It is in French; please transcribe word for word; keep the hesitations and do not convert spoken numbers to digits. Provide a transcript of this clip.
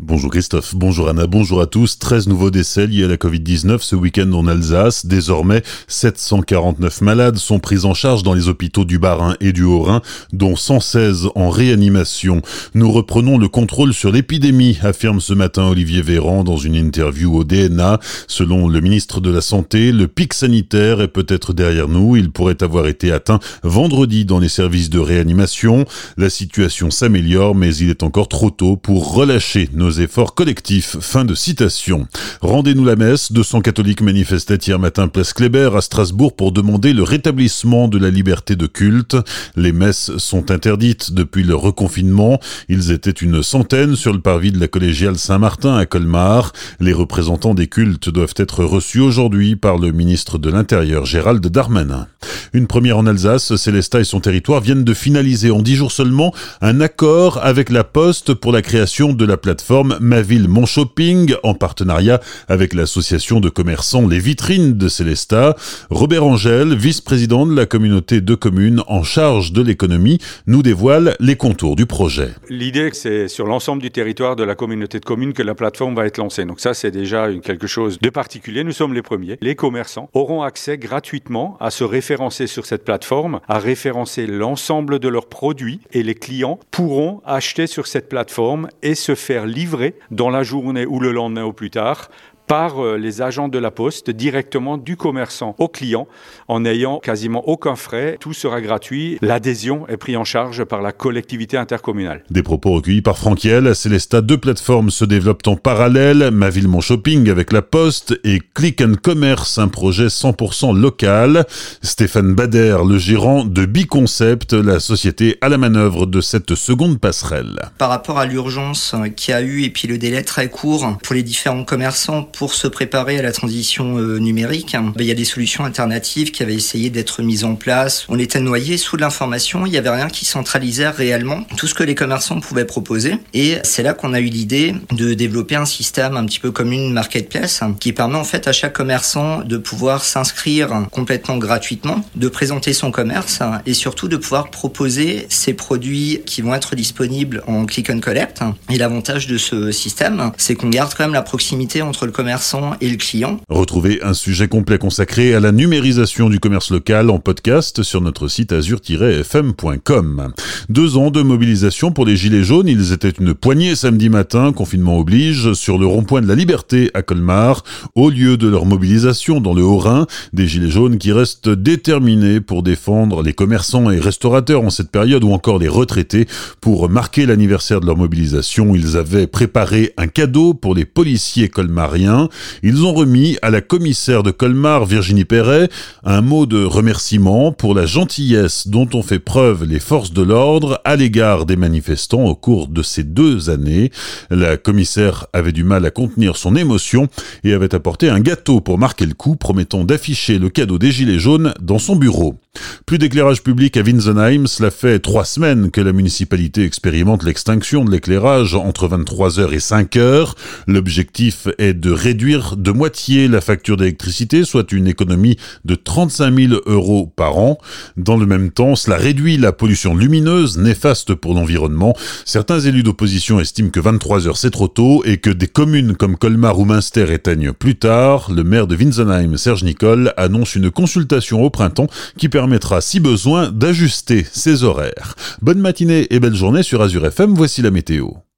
Bonjour Christophe, bonjour Anna, bonjour à tous. treize nouveaux décès liés à la covid dix-neuf ce week-end en Alsace. Désormais, sept cent quarante-neuf malades sont pris en charge dans les hôpitaux du Bas-Rhin et du Haut-Rhin, dont cent seize en réanimation. Nous reprenons le contrôle sur l'épidémie, affirme ce matin Olivier Véran dans une interview au D N A. Selon le ministre de la Santé, le pic sanitaire est peut-être derrière nous. Il pourrait avoir été atteint vendredi dans les services de réanimation. La situation s'améliore, mais il est encore trop tôt pour relâcher nos efforts collectifs. Fin de citation. Rendez-nous la messe. deux cents catholiques manifestaient hier matin place Kléber à Strasbourg pour demander le rétablissement de la liberté de culte. Les messes sont interdites depuis le reconfinement. Ils étaient une centaine sur le parvis de la collégiale Saint-Martin à Colmar. Les représentants des cultes doivent être reçus aujourd'hui par le ministre de l'Intérieur Gérald Darmanin. Une première en Alsace, Célestat et son territoire viennent de finaliser en dix jours seulement un accord avec la Poste pour la création de la plateforme Ma Ville Mon Shopping en partenariat avec l'association de commerçants Les Vitrines de Célestat. Robert Angel, vice-président de la communauté de communes en charge de l'économie, nous dévoile les contours du projet. L'idée, c'est sur l'ensemble du territoire de la communauté de communes que la plateforme va être lancée. Donc ça, c'est déjà quelque chose de particulier. Nous sommes les premiers. Les commerçants auront accès gratuitement à se référencer sur cette plateforme, à référencer l'ensemble de leurs produits et les clients pourront acheter sur cette plateforme et se faire livrer dans la journée ou le lendemain au plus tard par les agents de la Poste directement du commerçant au client en n'ayant quasiment aucun frais. Tout sera gratuit. L'adhésion est prise en charge par la collectivité intercommunale. Des propos recueillis par Franquiel. À Célestat, deux plateformes se développent en parallèle. Ma Ville Mon Shopping avec la Poste et Click and Commerce, un projet cent pour cent local. Stéphane Bader, le gérant de Biconcept, la société à la manœuvre de cette seconde passerelle. Par rapport à l'urgence qu'il y a eu et puis le délai très court pour les différents commerçants pour se préparer à la transition euh, numérique, il y a des solutions alternatives qui avaient essayé d'être mises en place. On était noyé sous l'information, il n'y avait rien qui centralisait réellement tout ce que les commerçants pouvaient proposer. Et c'est là qu'on a eu l'idée de développer un système un petit peu comme une marketplace qui permet en fait à chaque commerçant de pouvoir s'inscrire complètement gratuitement, de présenter son commerce et surtout de pouvoir proposer ses produits qui vont être disponibles en click and collect. Et l'avantage de ce système, c'est qu'on garde quand même la proximité entre le commerçant et le client. Retrouvez un sujet complet consacré à la numérisation du commerce local en podcast sur notre site azur tiret f m point com. Deux ans de mobilisation pour les Gilets jaunes. Ils étaient une poignée samedi matin, confinement oblige, sur le rond-point de la Liberté à Colmar. Au lieu de leur mobilisation dans le Haut-Rhin, des Gilets jaunes qui restent déterminés pour défendre les commerçants et restaurateurs en cette période ou encore les retraités. Pour marquer l'anniversaire de leur mobilisation, ils avaient préparé un cadeau pour les policiers colmariens. Ils ont remis à la commissaire de Colmar, Virginie Perret, un mot de remerciement pour la gentillesse dont ont fait preuve les forces de l'ordre à l'égard des manifestants au cours de ces deux années. La commissaire avait du mal à contenir son émotion et avait apporté un gâteau pour marquer le coup, promettant d'afficher le cadeau des Gilets jaunes dans son bureau. Plus d'éclairage public à Winsenheim, cela fait trois semaines que la municipalité expérimente l'extinction de l'éclairage entre vingt-trois heures et cinq heures. L'objectif est de réduire de moitié la facture d'électricité, soit une économie de trente-cinq mille euros par an. Dans le même temps, cela réduit la pollution lumineuse, néfaste pour l'environnement. Certains élus d'opposition estiment que vingt-trois heures c'est trop tôt et que des communes comme Colmar ou Münster éteignent plus tard. Le maire de Winsenheim, Serge Nicole, annonce une consultation au printemps qui permettra, si besoin, d'ajuster ses horaires. Bonne matinée et belle journée sur Azur F M, voici la météo.